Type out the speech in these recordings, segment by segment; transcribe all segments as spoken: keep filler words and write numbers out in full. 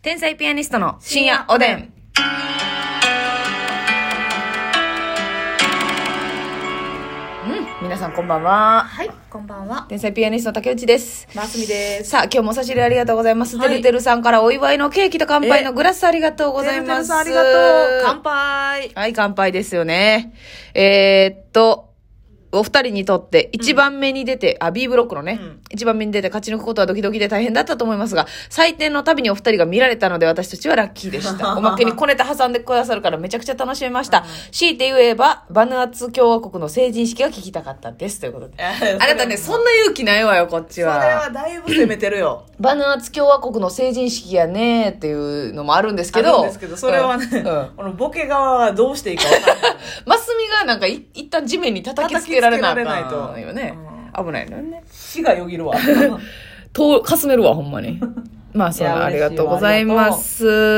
天才ピアニストの深夜おでん。皆さんこんばんは。 はい、こんばんは。 天才ピアニストの竹内です。 ますみです。 さあ、今日もお差し入れありがとうございます。 はい、 てるてるさんからお祝いのケーキと乾杯のグラスありがとうございます。てるてるさんありがとう。乾杯。 はい、乾杯ですよね。えー、っと、お二人にとって一番目に出て、うん、あ、B ブロックのね、うん、一番目に出て勝ち抜くことはドキドキで大変だったと思いますが、採点のたびにお二人が見られたので私たちはラッキーでした。おまけに小ネタ挟んでくださるからめちゃくちゃ楽しめました。うん、強いて言えば、バヌアツ共和国の成人式が聞きたかったです。ということで。あなたね、そんな勇気ないわよ、こっちは。 それはだいぶ攻めてるよ。 バヌアツ共和国の成人式やねっていうのもあるんですけど。 あるんですけど、それはね、うん、このボケ側はどうしていいか分からない。 マスミがなんかい一旦地面に叩きつけられないと。今ね、うん、危ないのよね。 死がよぎるわ。 とかすめるわほんまに。まあそんなありがとうございます。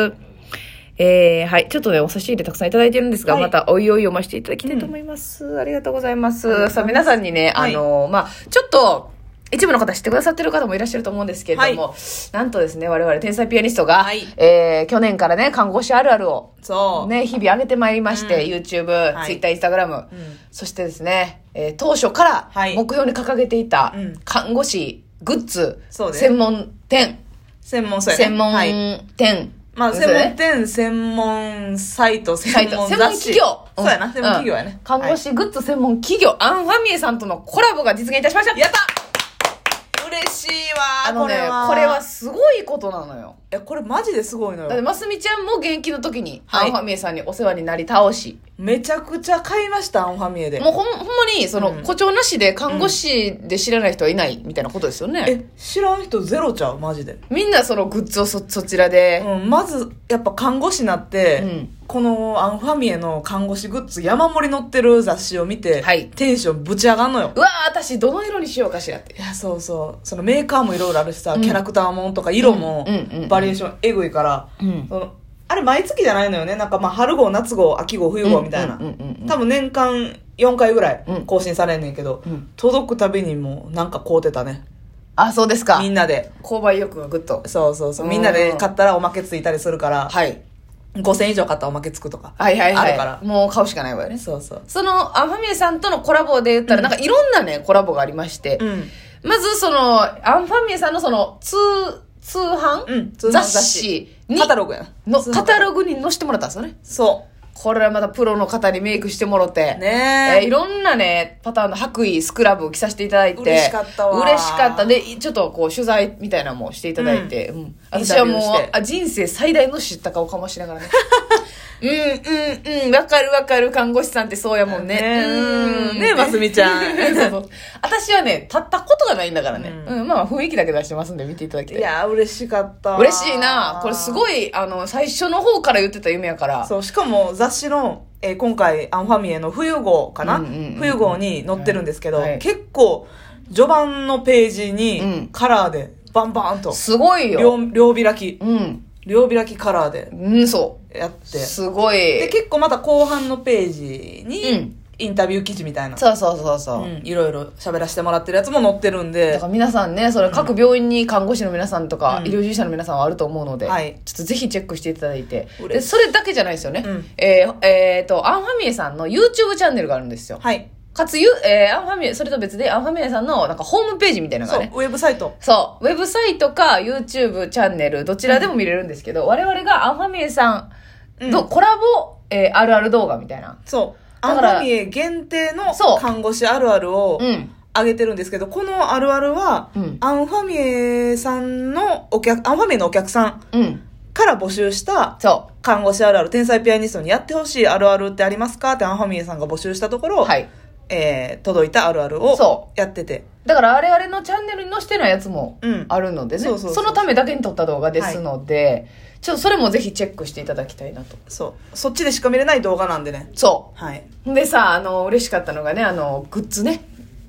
えー、はい、ちょっとねお差し入れたくさんいただいてるんですが、はい、またおいおい読ませていただきたいと思います。うん、ありがとうございます。さあ皆さんにね、あの、はい、まあちょっと一部の方知ってくださってる方もいらっしゃると思うんですけれども、はい、なんとですね、我々天才ピアニストが、はい、えー、去年からね、看護師あるあるを、そう。ね、日々上げてまいりまして、うん、YouTube、はい、Twitter、Instagram、うん、そしてですね、えー、当初から目標に掲げていた、看護師グッズ、うん、専門店、 専門、そうやね、 専門店、はい、 まあ、専門店、専門サイト、専門雑誌。 専門企業。 そうやな、専門企業やね。 うん、看護師グッズ専門企業、はい、アンファミエさんとのコラボが実現いたしました。 やった嬉しいわ。 あのね、これは、これはすごいことなのよ。 いや、これマジですごいのよ。 だって、ますみちゃんも現役の時に、はい、アンファミエさんにお世話になり倒し。 めちゃくちゃ買いました、アンファミエで。 もうほん、ほんまに、その、うん、誇張なしで看護師で知らない人はいないみたいなことですよね。 え、知らん人ゼロちゃうマジで。 みんなそのグッズをそ、そちらで。 うん、まず、やっぱ看護師になって、うん、このアンファミエの看護師グッズ山盛り載ってる雑誌を見て、はい、テンションぶち上がんのよ。 うわー、私どの色にしようかしらって。 いや、そうそう。そのメーカーもいろいろあるしさ、うん、キャラクターもんとか色も、バリエーションエグいから、うん、そのあれ毎月じゃないのよね。なんかまあ春号、夏号、秋号、冬号みたいな。多分年間よんかいぐらい更新されんねんけど、うん、届くたびにもうなんか買うてたね。 あ、そうですか。 みんなで。 購買意欲がぐっと。 そうそうそう。みんなで買ったらおまけついたりするから、はい。ごせんえん以上買ったらおまけつくとか。 はいはいはい。 あるから。 もう買うしかないわよね。 そうそう。 その、アンファミエさんとのコラボで言ったら、なんかいろんなね、コラボがありまして、うん、まずその、アンファミエさんのその、通、通販、うん、通販雑誌に、 カタログやの、カタログに載せてもらったんですよね。 そう。 これはまたプロの方にメイクしてもろて。 ねえー、いろんなね、パターンの白衣、スクラブを着させていただいて。 嬉しかったわ。 嬉しかった。で、ちょっとこう、取材みたいなのもしていただいて。うん。うん、私はもうあ、人生最大の知った顔かもしれながらね。うん、うん、うん、わかるわかる。看護師さんってそうやもんね。 ねうん。ねえ、ますみちゃん。 そうそう。私はね、立ったことがないんだからね。うん、うん、まあ雰囲気だけ出してますんで見ていただきたい。 いや、嬉しかった。 嬉しいな。これすごい、あの、最初の方から言ってた夢やから。 そう、しかも雑誌の、えー、今回、アンファミエの冬号かな、うんうんうんうん、冬号に載ってるんですけど、はい、結構、序盤のページに、カラーで、バンバンと。 すごいよ。 両、両開き。 うん。 両開きカラーで。 うん、そう。 やって。 すごい。 で、結構また後半のページに、うん、インタビュー記事みたいな。 そうそうそうそう。 うん、いろいろ喋らせてもらってるやつも載ってるんで。 だから皆さんね、それ各病院に看護師の皆さんとか、うん、医療従事者の皆さんはあると思うので、はい、ちょっとぜひチェックしていただいて。で、それだけじゃないですよね。うん、えー、えーと、アンファミエさんの YouTube チャンネルがあるんですよ。はい。かつ、えー、アンファミエ、それと別で、アンファミエさんの、なんか、ホームページみたいなのがね。 そう、ウェブサイト。 そう、ウェブサイトか、YouTube チャンネル、どちらでも見れるんですけど、うん、我々がアンファミエさんとコラボ、うん、えー、あるある動画みたいな。 そう。アンファミエ限定の看護師あるあるを上げてるんですけど、このあるあるは、うん、アンファミエさんのお客、アンファミエのお客さん。うんから募集した看護師あるある、天才ピアニストにやってほしいあるあるってありますかってアンファミエさんが募集したところ、はい、えー、届いたあるあるをやってて。 だからあれあれのチャンネルに載せてないやつもあるのでね、うん、そうそうそうそう、そのためだけに撮った動画ですので、はい、ちょっとそれもぜひチェックしていただきたいなと。 そう。そっちでしか見れない動画なんでね。 そう。 はい。 でさ、あの、嬉しかったのがね、あの、グッズね。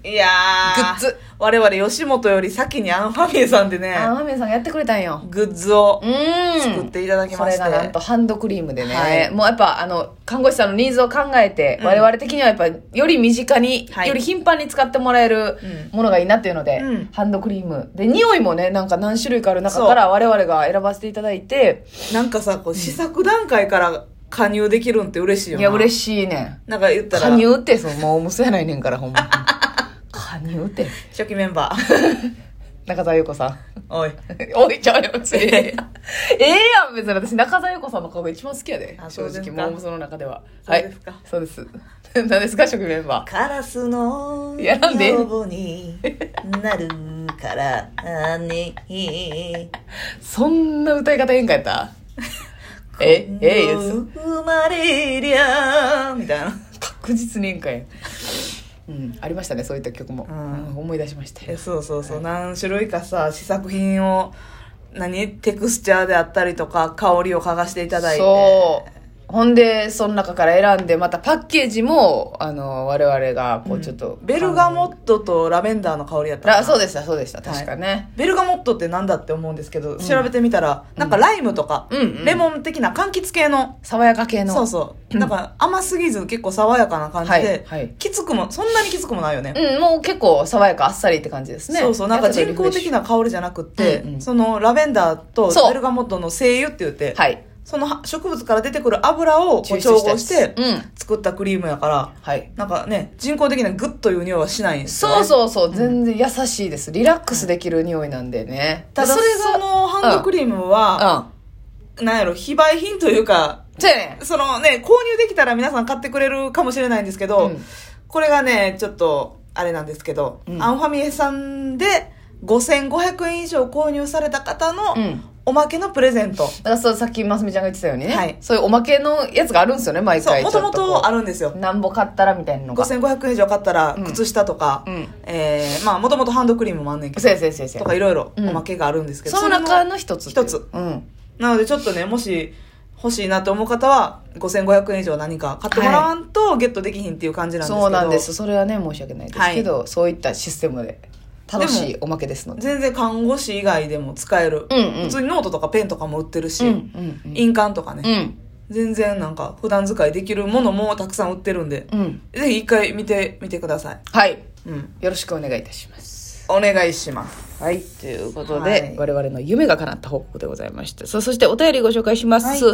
いやー。 グッズ。 我々吉本より先にアンファミエさんでね。 アンファミエさんがやってくれたんよ。 グッズを作っていただきまして。 それがなんとハンドクリームでね。はい、もうやっぱあの、看護師さんのニーズを考えて、うん、我々的にはやっぱより身近に、はい、より頻繁に使ってもらえるものがいいなっていうので、うん、ハンドクリーム。で、匂いもね、なんか何種類かある中から我々が選ばせていただいて。 なんかさ、こう試作段階から加入できるんって嬉しいよな。 いや、嬉しいね。 なんか言ったら。 加入って、その、もう無やないねんから、ほんま。加入って。 初期メンバー。 中澤優子さん。 おい。 おい、ちゃうよ、別に。ええやん、別に。私、中澤優子さんの顔が一番好きやで。正直、モームスの中では。 そうですか。 そうです。何ですか、初期メンバー。 カラスのやらんで。 女になるからね。 そんな歌い方変化やったえ、ええやつ。 生まれりゃーみたいな。 確実に演歌や。うん、ありましたね、そういった曲も。うん、思い出しましたよ。 そうそうそう、はい、何種類かさ、試作品を、何テクスチャーであったりとか、香りを嗅がしていただいて。そう。 ほんで、その中から選んで、またパッケージも、あの、我々が、こう、ちょっと、 うん、ベルガモットとラベンダーの香りやったかな。 そうでした、そうでした、確かね、はい。 ベルガモットってなんだって思うんですけど、うん、調べてみたら、なんかライムとか、うん、レモン的な柑橘系の。 爽やか系の。 そうそう。なんか甘すぎず結構爽やかな感じで、はいはい、きつくも、そんなにきつくもないよね。 うん、もう結構爽やか、あっさりって感じですね。 そうそう、なんか人工的な香りじゃなくって、うんうん、そのラベンダーとベルガモットの精油って言って、はい。その植物から出てくる油をこう調合して作ったクリームやから、はい、なんかね、人工的なグッという匂いはしないんですよね。 そうそうそう、全然優しいです。リラックスできる匂いなんでね。 ただそれがそのハンドクリームは、うん、なんやろ、非売品というか、 そうやね。 そのね、購入できたら皆さん買ってくれるかもしれないんですけど、うん、これがね、ちょっと、あれなんですけど、うん、アンファミエさんでごせんごひゃくえん以上購入された方の、うんおまけのプレゼント。 だからそう、さっきますみちゃんが言ってたようにね。はい。そういうおまけのやつがあるんですよね、毎回。 そう、もともとあるんですよ。 なんぼ買ったらみたいなのが。 ごせんごひゃくえん以上買ったら、靴下とか、うん、えー、まあ、もともとハンドクリームもあんねんけど。 そうそうそうそう。 とかいろいろおまけがあるんですけど。 うん、その中の一つ。 一つ。うん。なのでちょっとね、もし欲しいなと思う方は、ごせんごひゃくえん以上何か買ってもらわんとゲットできひんっていう感じなんですけど。 そうなんです。それはね、申し訳ないですけど、はい、そういったシステムで。楽しいおまけですので。 全然看護師以外でも使える、うんうん。普通にノートとかペンとかも売ってるし、うんうんうん、印鑑とかね、うん。全然なんか普段使いできるものもたくさん売ってるんで、うん、ぜひ一回見てみてください。 はい、うん。よろしくお願いいたします。 お願いします。 はい。ということで、はい、我々の夢が叶った報告でございました。そ、そしてお便りご紹介します。はい、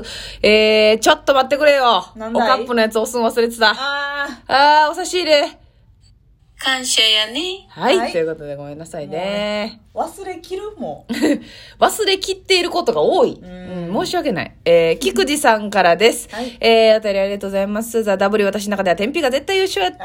えー、ちょっと待ってくれよ。おカップのやつ押すの忘れてた。あー。あー、お差し入れ。 感謝やね。 はい、はい。ということでごめんなさいね。 忘れきるもん。 忘れきっていることが多い。うん、申し訳ない。えー、菊池さんからです。はい、えー、お便りありがとうございます。ザ・ W 私の中では天日が絶対優秀やった。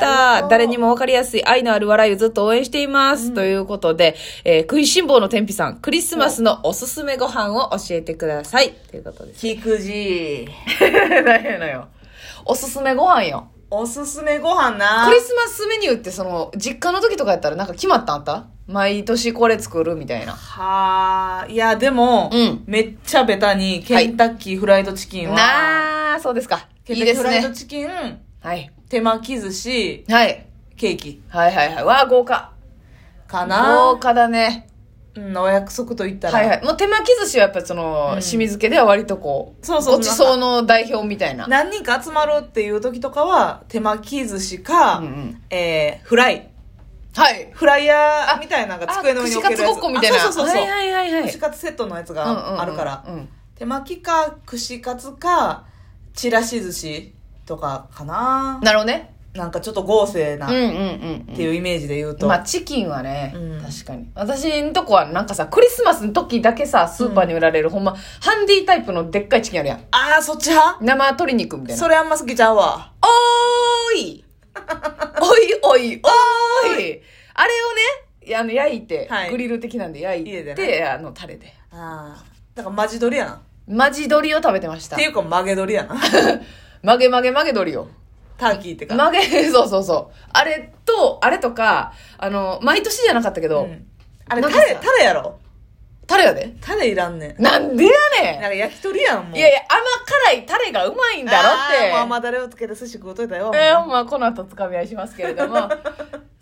誰にもわかりやすい愛のある笑いをずっと応援しています。うん、ということで、えー、食いしん坊の天日さん、クリスマスのおすすめご飯を教えてください。ということです。 菊池。 何やのよ。おすすめご飯よ。 おすすめご飯な。 クリスマスメニューってその実家の時とかやったらなんか決まったんあった？毎年これ作るみたいな。 はあ、いやでも、うん、めっちゃベタにケンタッキーフライドチキンは、 なあ、そうですか。 ケンタッキーフライドチキン、 はい、 手巻き寿司、 はい、 ケーキ、 はいはいはい、わあ豪華かな。 豪華だね。 うん、お約束と言ったら。 はいはい。もう手巻き寿司はやっぱその、うん、清水家では割とこう、そうそう。ごちそうの代表みたいな。 何人か集まるっていう時とかは、手巻き寿司か、うんうん、えー、フライ。 はい。 フライヤーみたいなのが机の上に置けるやつ。 串カツごっこみたいな。 そうそうそうそう。 はいはいはいはい。 串カツセットのやつがあるから。うんうんうんうん、手巻きか、串カツか、ちらし寿司とかかな。 なるほどね。 なんかちょっと豪勢なっていうイメージで言うと、 まあチキンはね、うん、確かに私んとこはなんかさクリスマスの時だけさスーパーに売られる、うん、ほんまハンディタイプのでっかいチキンあるやん。 あーそっち派？ 生鶏肉みたいな。 それあんま好きちゃうわ。 おーいおいおいおーいあれをねあの焼いて、はい、グリル的なんで焼いて、ね、あのタレで。 ああだからマジ鶏やな。 マジ鶏を食べてました。 っていうか曲げ鶏やな。 曲げ曲げ曲げ鶏よ。 ターキーってか。 曲げ、そうそうそう。あれと、あれとか、あの、毎年じゃなかったけど。うん、 あれ、タレ、タレやろ？ タレやで？ タレいらんねん。なんでやねん。 なんか焼き鳥やん、もう。 いやいや、甘辛いタレがうまいんだろって。 あー、もう甘だれをつけて寿司食うといたよ。 えー、まあこの後つかみ合いしますけれども。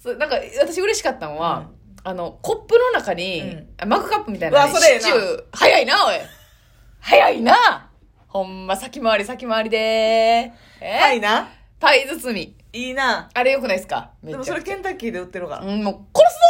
そうなんか私嬉しかったのは、うん、あのコップの中に、うん、マグカップみたいな、 ね、シチュー早いなおい早いなほんま先回り先回りでーえー、はいなパイ包みいいなあれよくないですか。 めっちゃでもそれケンタッキーで売ってるから、 うん、もう殺す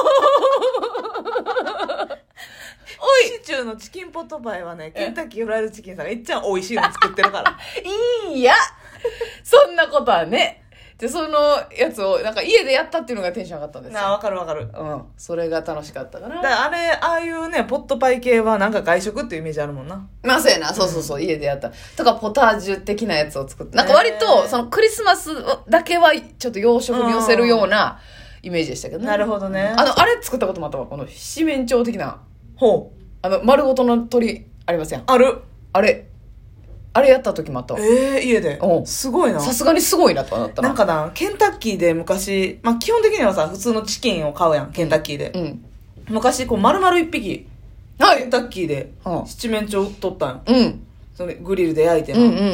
ぞおいシチューのチキンポテトパイはねケンタッキーフライドチキンさんがいっちゃん美味しいの作ってるからいいやそんなことはねでそのやつをなんか家でやったっていうのがテンション上がったんですよ。 なあわかるわかる。 うんそれが楽しかったかな。 だからあれああいうねポットパイ系はなんか外食っていうイメージあるもんな。 まあそうやな、そうそうそう、うん、家でやったとかポタージュ的なやつを作ってなんか割とそのクリスマスだけはちょっと洋食に寄せるようなイメージでしたけどね。 なるほどね。 あのあれ作ったこともあったわ。この七面鳥的なほうあの丸ごとの鳥ありません。 あるあれあれやった時もあった。 ええー、家で。 うん。 すごいな。 さすがにすごいなとなったな。 なんかな、ケンタッキーで昔、まあ、基本的にはさ、普通のチキンを買うやん、ケンタッキーで。 うん。うん、 昔、こう、丸々一匹、はい、ケンタッキーで、 うん、 七面鳥取ったんうん。 それ、グリルで焼いてな。 うんうんうん。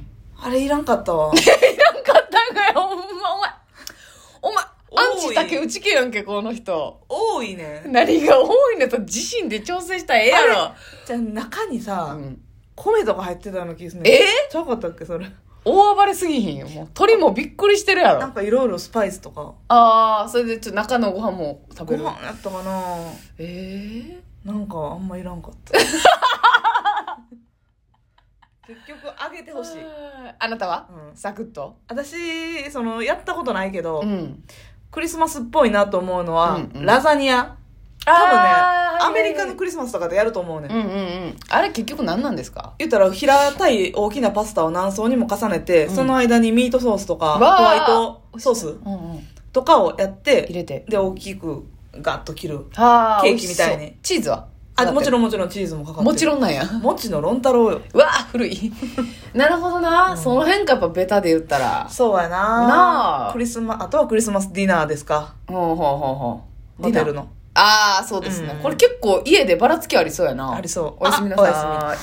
あれいらんかったわ。 いらんかったんかよ、ほんま、お前。お前、アンチ竹内家やんけ、この人。 多いね。 何が多いねと自身で調整したらええやろ。 じゃあ、中にさ、 うん米とか入ってたような気がするね。 えー、 ちゃうかったっけそれ。 大暴れすぎひんよ。もう鳥もびっくりしてるやろ。 なんかいろいろスパイスとか。 ああ、それでちょっと中のご飯も食べる。 ご飯やったかな。 ええー、なんかあんまいらんかった。結局揚げてほしい。 あなたは、 うん、 サクッと。 私そのやったことないけど、 うん、 クリスマスっぽいなと思うのは、うんうん、ラザニア。多分ね、アメリカのクリスマスとかでやると思うね。 うんうんうん。あれ結局何なんですか？ 言ったら平たい大きなパスタを何層にも重ねて、うん、その間にミートソースとかホワイトソース、うんうん、とかをやって入れてで大きくガッと切るケーキみたいに。 チーズはあもちろんもちろんチーズもかかってる。 もちろんなんや。 もちのロン太郎よ。 うわ古い。なるほどな、うん、その辺かやっぱベタで言ったらそうやな。 なあクリスマあとはクリスマスディナーですか。 ほうほうほうほうホテルの。 ああそうですね、うん、これ結構家でばらつきありそうやな。 ありそう。 おやすみなさい。